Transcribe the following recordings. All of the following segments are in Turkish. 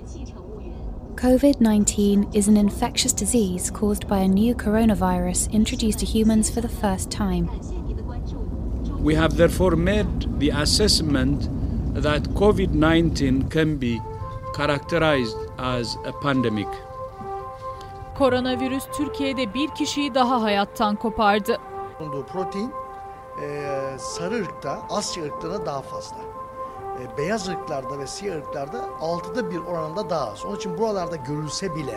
COVID-19 is an infectious disease caused by a new coronavirus introduced to humans for the first time. We have therefore made the assessment that COVID-19 can be characterized as a pandemic. Koronavirüs Türkiye'de bir kişiyi daha hayattan kopardı. Bulunduğu protein sarı ırkta, Asya ırklarına daha fazla. Beyaz ırklarda ve siyah ırklarda 6'da 1 oranında daha az. Onun için buralarda görülse bile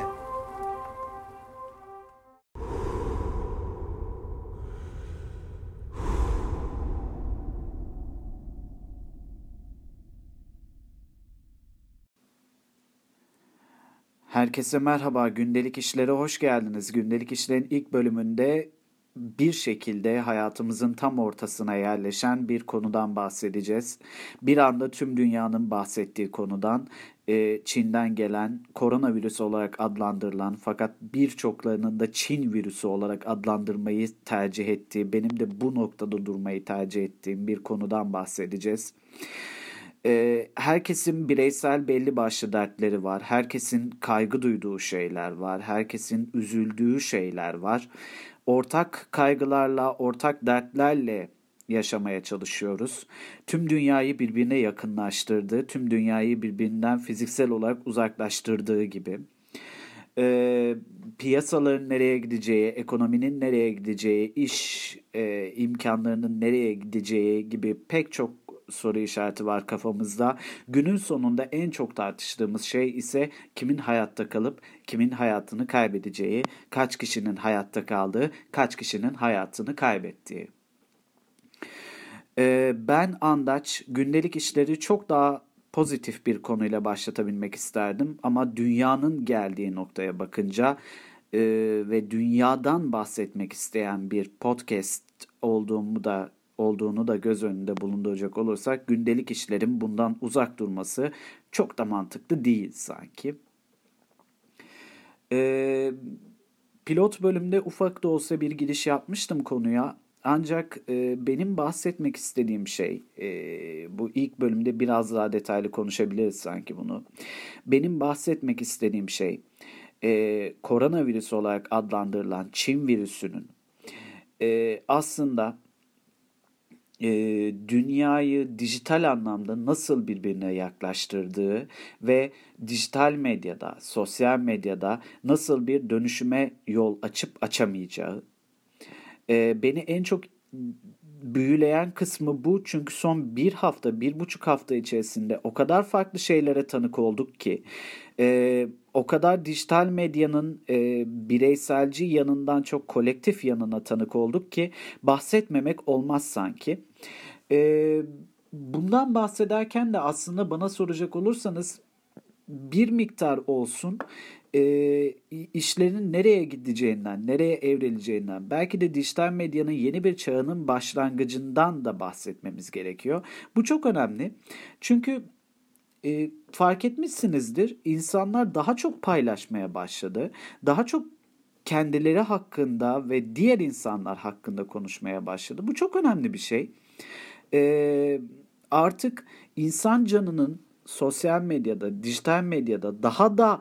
Herkese merhaba, Gündelik İşler'e hoş geldiniz. Gündelik İşler'in ilk bölümünde bir şekilde hayatımızın tam ortasına yerleşen bir konudan bahsedeceğiz. Bir anda tüm dünyanın bahsettiği konudan, Çin'den gelen koronavirüs olarak adlandırılan fakat birçoklarının da Çin virüsü olarak adlandırmayı tercih ettiği, benim de bu noktada durmayı tercih ettiğim bir konudan bahsedeceğiz. Herkesin bireysel belli başlı dertleri var. Herkesin kaygı duyduğu şeyler var. Herkesin üzüldüğü şeyler var. Ortak kaygılarla, ortak dertlerle yaşamaya çalışıyoruz. Tüm dünyayı birbirine yakınlaştırdığı, tüm dünyayı birbirinden fiziksel olarak uzaklaştırdığı gibi. Piyasaların nereye gideceği, ekonominin nereye gideceği, iş imkanlarının nereye gideceği gibi pek çok soru işareti var kafamızda. Günün sonunda en çok tartıştığımız şey ise kimin hayatta kalıp kimin hayatını kaybedeceği, kaç kişinin hayatta kaldığı, kaç kişinin hayatını kaybettiği. Ben Andaç, gündelik işleri çok daha pozitif bir konuyla başlatabilmek isterdim ama dünyanın geldiği noktaya bakınca ve dünyadan bahsetmek isteyen bir podcast olduğunu da göz önünde bulunduracak olursak gündelik işlerin bundan uzak durması çok da mantıklı değil sanki. Pilot bölümde ufak da olsa bir giriş yapmıştım konuya. Ancak benim bahsetmek istediğim şey, bu ilk bölümde biraz daha detaylı konuşabiliriz sanki bunu. Benim bahsetmek istediğim şey, koronavirüs olarak adlandırılan Çin virüsünün aslında dünyayı dijital anlamda nasıl birbirine yaklaştırdığı ve dijital medyada, sosyal medyada nasıl bir dönüşüme yol açıp açamayacağı. Beni en çok büyüleyen kısmı bu, çünkü son 1,5 hafta içerisinde o kadar farklı şeylere tanık olduk ki, o kadar dijital medyanın bireyselci yanından çok kolektif yanına tanık olduk ki bahsetmemek olmaz sanki. Bundan bahsederken de aslında bana soracak olursanız bir miktar olsun işlerin nereye gideceğinden, nereye evrileceğinden, belki de dijital medyanın yeni bir çağının başlangıcından da bahsetmemiz gerekiyor. Bu çok önemli. Çünkü fark etmişsinizdir, insanlar daha çok paylaşmaya başladı. Daha çok kendileri hakkında ve diğer insanlar hakkında konuşmaya başladı. Bu çok önemli bir şey. Artık insan canının sosyal medyada, dijital medyada daha da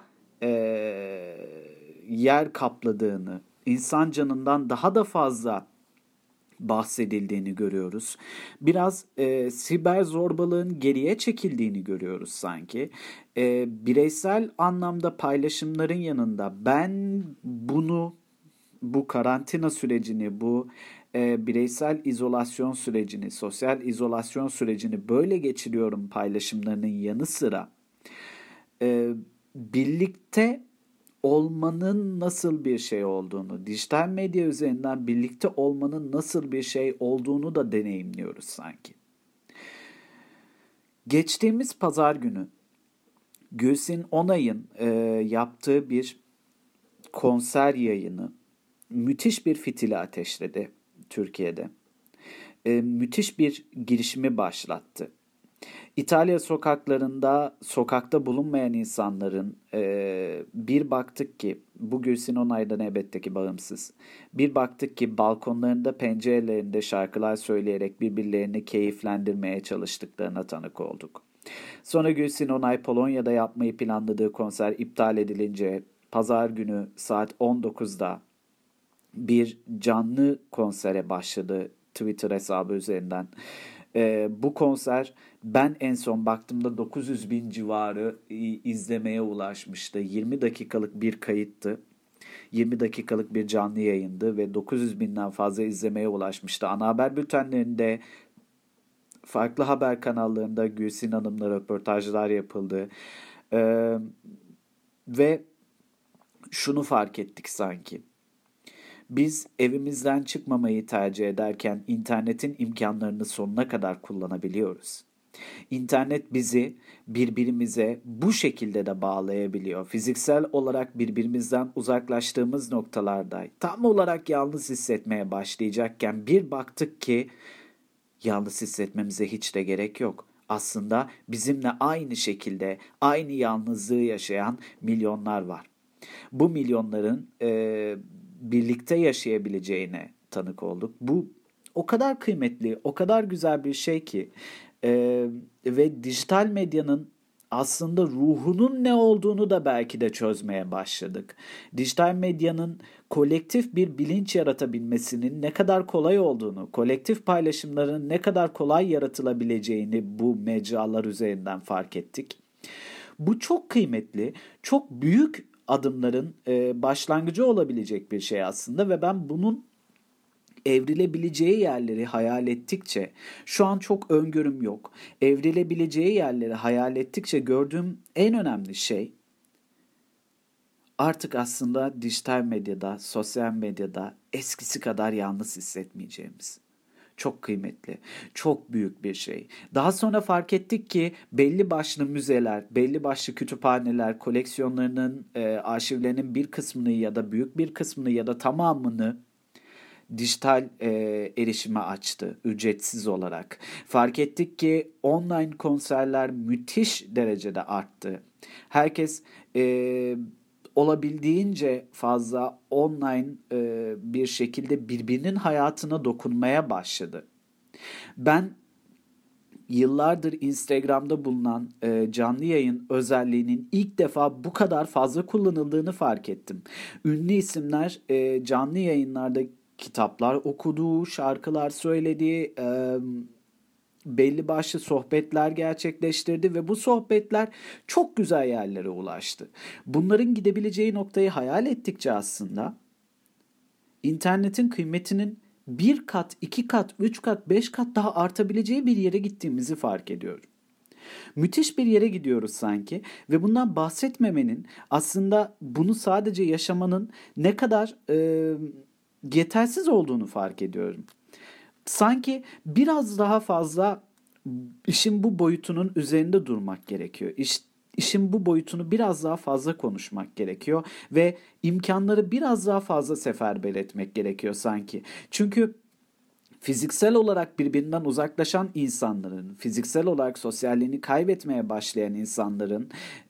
yer kapladığını, insan canından daha da fazla bahsedildiğini görüyoruz. Biraz siber zorbalığın geriye çekildiğini görüyoruz sanki. Bireysel anlamda paylaşımların yanında ben bu karantina sürecini, bu bireysel izolasyon sürecini, sosyal izolasyon sürecini böyle geçiriyorum paylaşımlarının yanı sıra birlikte olmanın nasıl bir şey olduğunu, dijital medya üzerinden birlikte olmanın nasıl bir şey olduğunu da deneyimliyoruz sanki. Geçtiğimiz pazar günü Gülsin Onay'ın yaptığı bir konser yayını müthiş bir fitili ateşledi Türkiye'de. Müthiş bir girişimi başlattı. İtalya sokakta bulunmayan insanların bir baktık ki, bu Gülsin Onay'dan elbette ki bağımsız, bir baktık ki balkonlarında, pencerelerinde şarkılar söyleyerek birbirlerini keyiflendirmeye çalıştıklarına tanık olduk. Sonra Gülsin Onay Polonya'da yapmayı planladığı konser iptal edilince pazar günü saat 19'da bir canlı konsere başladı Twitter hesabı üzerinden. Bu konser ben en son baktığımda 900 bin civarı izlemeye ulaşmıştı. 20 dakikalık bir kayıttı. 20 dakikalık bir canlı yayındı ve 900 binden fazla izlemeye ulaşmıştı. Ana haber bültenlerinde, farklı haber kanallarında Gülsin Hanım'la röportajlar yapıldı. Ve şunu fark ettik sanki. Biz evimizden çıkmamayı tercih ederken internetin imkanlarını sonuna kadar kullanabiliyoruz. İnternet bizi birbirimize bu şekilde de bağlayabiliyor. Fiziksel olarak birbirimizden uzaklaştığımız noktalarda tam olarak yalnız hissetmeye başlayacakken bir baktık ki yalnız hissetmemize hiç de gerek yok. Aslında bizimle aynı şekilde aynı yalnızlığı yaşayan milyonlar var. Bu milyonların birlikte yaşayabileceğine tanık olduk. Bu o kadar kıymetli, o kadar güzel bir şey ki ve dijital medyanın aslında ruhunun ne olduğunu da belki de çözmeye başladık. Dijital medyanın kolektif bir bilinç yaratabilmesinin ne kadar kolay olduğunu, kolektif paylaşımların ne kadar kolay yaratılabileceğini bu mecralar üzerinden fark ettik. Bu çok kıymetli, çok büyük adımların başlangıcı olabilecek bir şey aslında ve ben bunun evrilebileceği yerleri hayal ettikçe, şu an çok öngörüm yok, evrilebileceği yerleri hayal ettikçe gördüğüm en önemli şey artık aslında dijital medyada, sosyal medyada eskisi kadar yalnız hissetmeyeceğimiz. Çok kıymetli, çok büyük bir şey. Daha sonra fark ettik ki belli başlı müzeler, belli başlı kütüphaneler koleksiyonlarının, arşivlerinin bir kısmını ya da büyük bir kısmını ya da tamamını dijital erişime açtı ücretsiz olarak. Fark ettik ki online konserler müthiş derecede arttı. Herkes olabildiğince fazla online bir şekilde birbirinin hayatına dokunmaya başladı. Ben yıllardır Instagram'da bulunan canlı yayın özelliğinin ilk defa bu kadar fazla kullanıldığını fark ettim. Ünlü isimler canlı yayınlarda kitaplar okudu, şarkılar söyledi, belli başlı sohbetler gerçekleştirdi ve bu sohbetler çok güzel yerlere ulaştı. Bunların gidebileceği noktayı hayal ettikçe aslında internetin kıymetinin 1 kat, 2 kat, 3 kat, 5 kat daha artabileceği bir yere gittiğimizi fark ediyorum. Müthiş bir yere gidiyoruz sanki ve bundan bahsetmemenin, aslında bunu sadece yaşamanın ne kadar yetersiz olduğunu fark ediyorum. Sanki biraz daha fazla işin bu boyutunun üzerinde durmak gerekiyor. İşin bu boyutunu biraz daha fazla konuşmak gerekiyor ve imkanları biraz daha fazla seferber etmek gerekiyor sanki. Çünkü fiziksel olarak birbirinden uzaklaşan insanların, fiziksel olarak sosyalliğini kaybetmeye başlayan insanların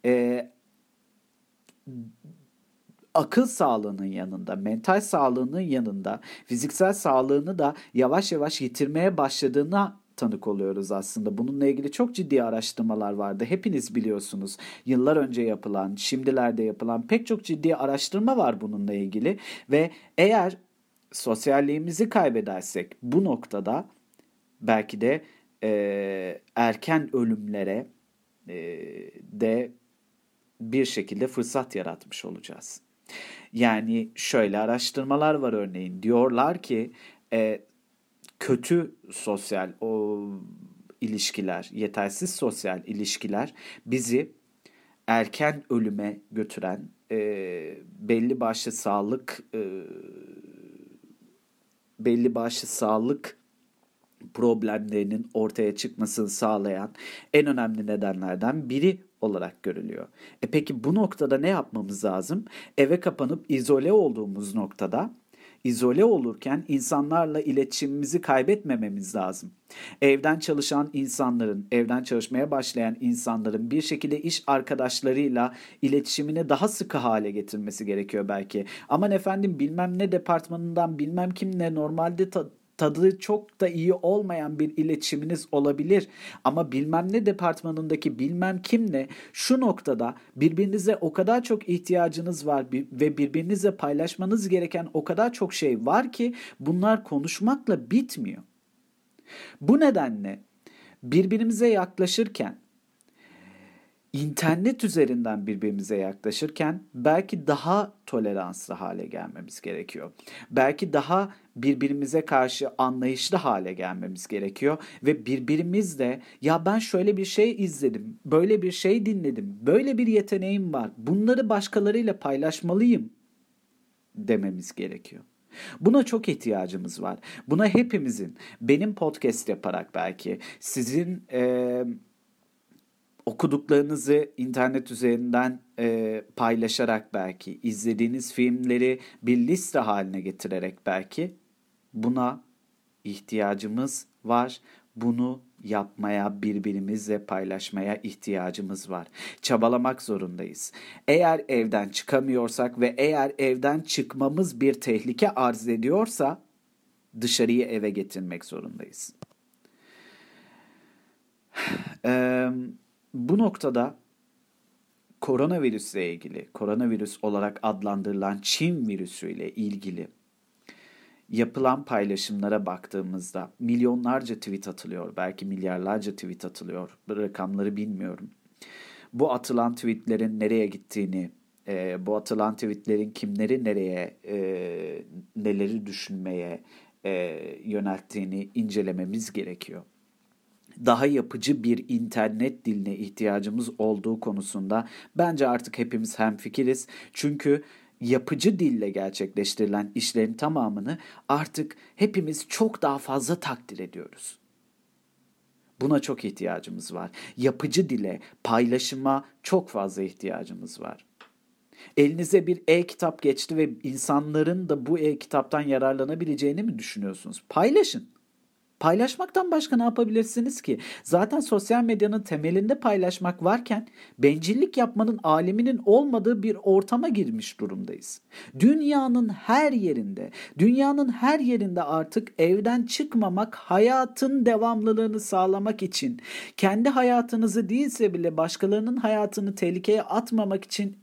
akıl sağlığının yanında, mental sağlığının yanında, fiziksel sağlığını da yavaş yavaş yitirmeye başladığına tanık oluyoruz aslında. Bununla ilgili çok ciddi araştırmalar vardı. Hepiniz biliyorsunuz. Yıllar önce yapılan, şimdilerde yapılan pek çok ciddi araştırma var bununla ilgili ve eğer sosyalliğimizi kaybedersek bu noktada belki de erken ölümlere de bir şekilde fırsat yaratmış olacağız. Yani şöyle araştırmalar var örneğin. Diyorlar ki kötü sosyal ilişkiler, yetersiz sosyal ilişkiler bizi erken ölüme götüren, belli başlı sağlık problemlerinin ortaya çıkmasını sağlayan en önemli nedenlerden biri olarak görülüyor. Peki bu noktada ne yapmamız lazım? Eve kapanıp izole olduğumuz noktada, izole olurken insanlarla iletişimimizi kaybetmememiz lazım. Evden çalışan insanların, evden çalışmaya başlayan insanların bir şekilde iş arkadaşlarıyla iletişimini daha sıkı hale getirmesi gerekiyor belki. Aman efendim bilmem ne departmanından bilmem kimle normalde tadı çok da iyi olmayan bir iletişiminiz olabilir. Ama bilmem ne departmanındaki bilmem kimle şu noktada birbirinize o kadar çok ihtiyacınız var ve birbirinizle paylaşmanız gereken o kadar çok şey var ki bunlar konuşmakla bitmiyor. Bu nedenle birbirimize yaklaşırken, İnternet üzerinden birbirimize yaklaşırken belki daha toleranslı hale gelmemiz gerekiyor. Belki daha birbirimize karşı anlayışlı hale gelmemiz gerekiyor ve birbirimizle ya ben şöyle bir şey izledim, böyle bir şey dinledim, böyle bir yeteneğim var, bunları başkalarıyla paylaşmalıyım dememiz gerekiyor. Buna çok ihtiyacımız var. Buna hepimizin, benim podcast yaparak belki, sizin okuduklarınızı internet üzerinden paylaşarak belki, izlediğiniz filmleri bir liste haline getirerek belki buna ihtiyacımız var. Bunu yapmaya, birbirimizle paylaşmaya ihtiyacımız var. Çabalamak zorundayız. Eğer evden çıkamıyorsak ve eğer evden çıkmamız bir tehlike arz ediyorsa dışarıyı eve getirmek zorundayız. Bu noktada koronavirüsle ilgili, koronavirüs olarak adlandırılan Çin virüsüyle ilgili yapılan paylaşımlara baktığımızda milyonlarca tweet atılıyor, belki milyarlarca tweet atılıyor. Bu rakamları bilmiyorum. Bu atılan tweetlerin nereye gittiğini, bu atılan tweetlerin kimleri nereye, neleri düşünmeye yönelttiğini incelememiz gerekiyor. Daha yapıcı bir internet diline ihtiyacımız olduğu konusunda bence artık hepimiz hemfikiriz. Çünkü yapıcı dille gerçekleştirilen işlerin tamamını artık hepimiz çok daha fazla takdir ediyoruz. Buna çok ihtiyacımız var. Yapıcı dile, paylaşıma çok fazla ihtiyacımız var. Elinize bir e-kitap geçti ve insanların da bu e-kitaptan yararlanabileceğini mi düşünüyorsunuz? Paylaşın. Paylaşmaktan başka ne yapabilirsiniz ki? Zaten sosyal medyanın temelinde paylaşmak varken bencillik yapmanın aleminin olmadığı bir ortama girmiş durumdayız. Dünyanın her yerinde artık evden çıkmamak, hayatın devamlılığını sağlamak için, kendi hayatınızı değilse bile başkalarının hayatını tehlikeye atmamak için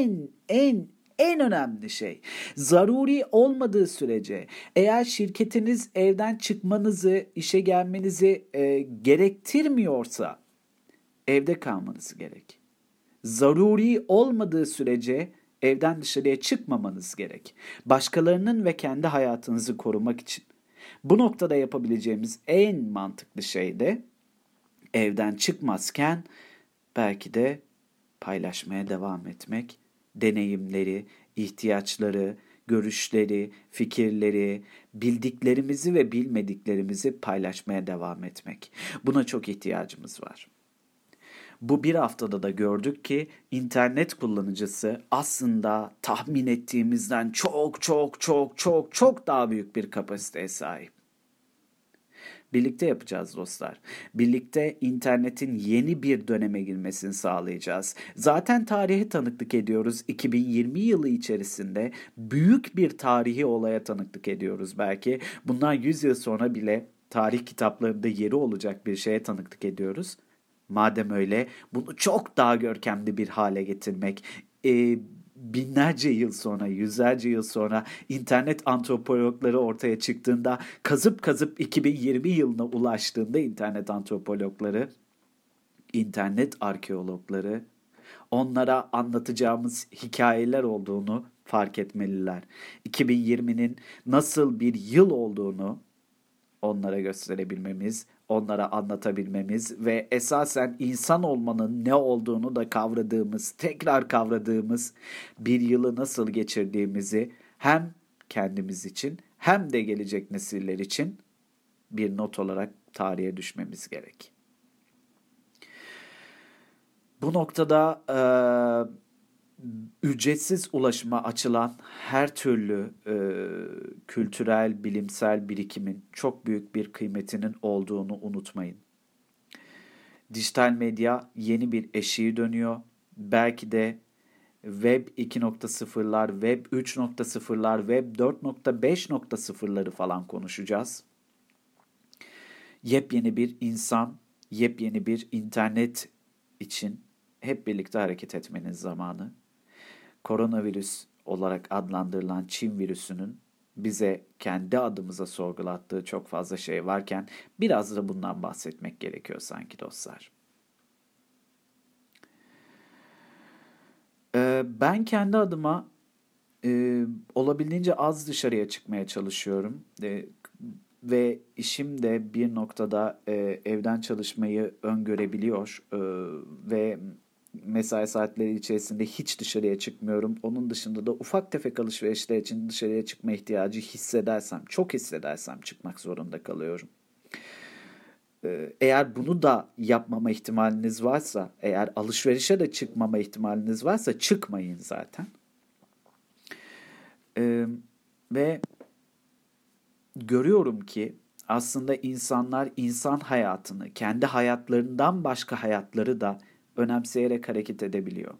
en önemli şey. Zaruri olmadığı sürece, eğer şirketiniz evden çıkmanızı, işe gelmenizi gerektirmiyorsa evde kalmanız gerek. Zaruri olmadığı sürece evden dışarıya çıkmamanız gerek. Başkalarının ve kendi hayatınızı korumak için. Bu noktada yapabileceğimiz en mantıklı şey de evden çıkmazken belki de paylaşmaya devam etmek. Deneyimleri, ihtiyaçları, görüşleri, fikirleri, bildiklerimizi ve bilmediklerimizi paylaşmaya devam etmek. Buna çok ihtiyacımız var. Bu bir haftada da gördük ki internet kullanıcısı aslında tahmin ettiğimizden çok daha büyük bir kapasiteye sahip. Birlikte yapacağız dostlar. Birlikte internetin yeni bir döneme girmesini sağlayacağız. Zaten tarihe tanıklık ediyoruz. 2020 yılı içerisinde büyük bir tarihi olaya tanıklık ediyoruz belki. Bundan 100 yıl sonra bile tarih kitaplarında yeri olacak bir şeye tanıklık ediyoruz. Madem öyle bunu çok daha görkemli bir hale getirmek, binlerce yıl sonra, yüzlerce yıl sonra internet antropologları ortaya çıktığında, kazıp 2020 yılına ulaştığında internet antropologları, internet arkeologları, onlara anlatacağımız hikayeler olduğunu fark etmeliler. 2020'nin nasıl bir yıl olduğunu onlara gösterebilmemiz, onlara anlatabilmemiz ve esasen insan olmanın ne olduğunu da tekrar kavradığımız bir yılı nasıl geçirdiğimizi hem kendimiz için hem de gelecek nesiller için bir not olarak tarihe düşmemiz gerek. Bu noktada ücretsiz ulaşıma açılan her türlü kültürel, bilimsel birikimin çok büyük bir kıymetinin olduğunu unutmayın. Dijital medya yeni bir eşiği dönüyor. Belki de Web 2.0'lar, Web 3.0'lar, Web 4.5.0'ları falan konuşacağız. yepyeni bir insan, yepyeni bir internet için hep birlikte hareket etmenin zamanı. Koronavirüs olarak adlandırılan Çin virüsünün bize kendi adımıza sorgulattığı çok fazla şey varken biraz da bundan bahsetmek gerekiyor sanki dostlar. Ben kendi adıma olabildiğince az dışarıya çıkmaya çalışıyorum. Ve işim de bir noktada evden çalışmayı öngörebiliyor ve mesai saatleri içerisinde hiç dışarıya çıkmıyorum. Onun dışında da ufak tefek alışverişler için dışarıya çıkma ihtiyacı çok hissedersem çıkmak zorunda kalıyorum. Eğer bunu da yapmama ihtimaliniz varsa, eğer alışverişe de çıkmama ihtimaliniz varsa çıkmayın zaten. Ve görüyorum ki aslında insanlar insan hayatını, kendi hayatlarından başka hayatları da önemseyerek hareket edebiliyor.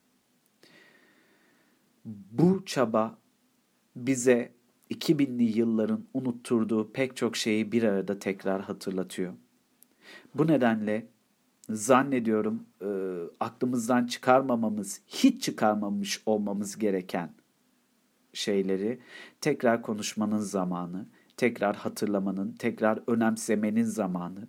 Bu çaba bize 2000'li yılların unutturduğu pek çok şeyi bir arada tekrar hatırlatıyor. Bu nedenle zannediyorum aklımızdan hiç çıkarmamış olmamız gereken şeyleri tekrar konuşmanın zamanı, tekrar hatırlamanın, tekrar önemsemenin zamanı.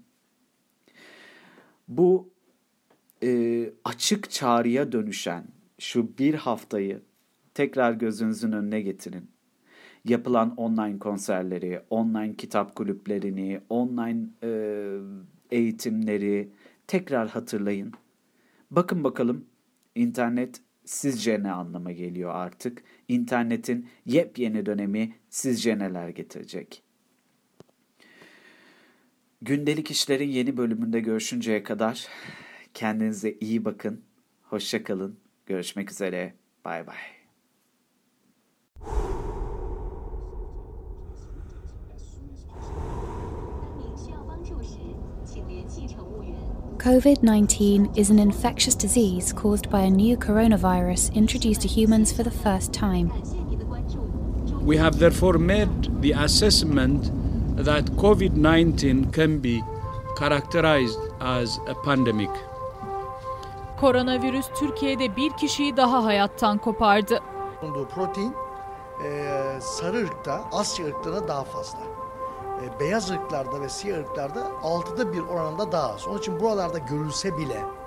Bu açık çağrıya dönüşen şu bir haftayı tekrar gözünüzün önüne getirin. Yapılan online konserleri, online kitap kulüplerini, online eğitimleri tekrar hatırlayın. Bakın bakalım internet sizce ne anlama geliyor artık? İnternetin yepyeni dönemi sizce neler getirecek? Gündelik işlerin yeni bölümünde görüşünceye kadar kendinize iyi bakın. Hoşça kalın. Görüşmek üzere. Bay bay. COVID-19 is an infectious disease caused by a new coronavirus introduced to humans for the first time. We have therefore made the assessment that COVID-19 can be characterized as a pandemic. Koronavirüs Türkiye'de bir kişiyi daha hayattan kopardı. Bulunduğu protein sarı ırkta, Asya ırklarına daha fazla. Beyaz ırklarda ve siyah ırklarda 6'da 1 oranında daha az. Onun için buralarda görülse bile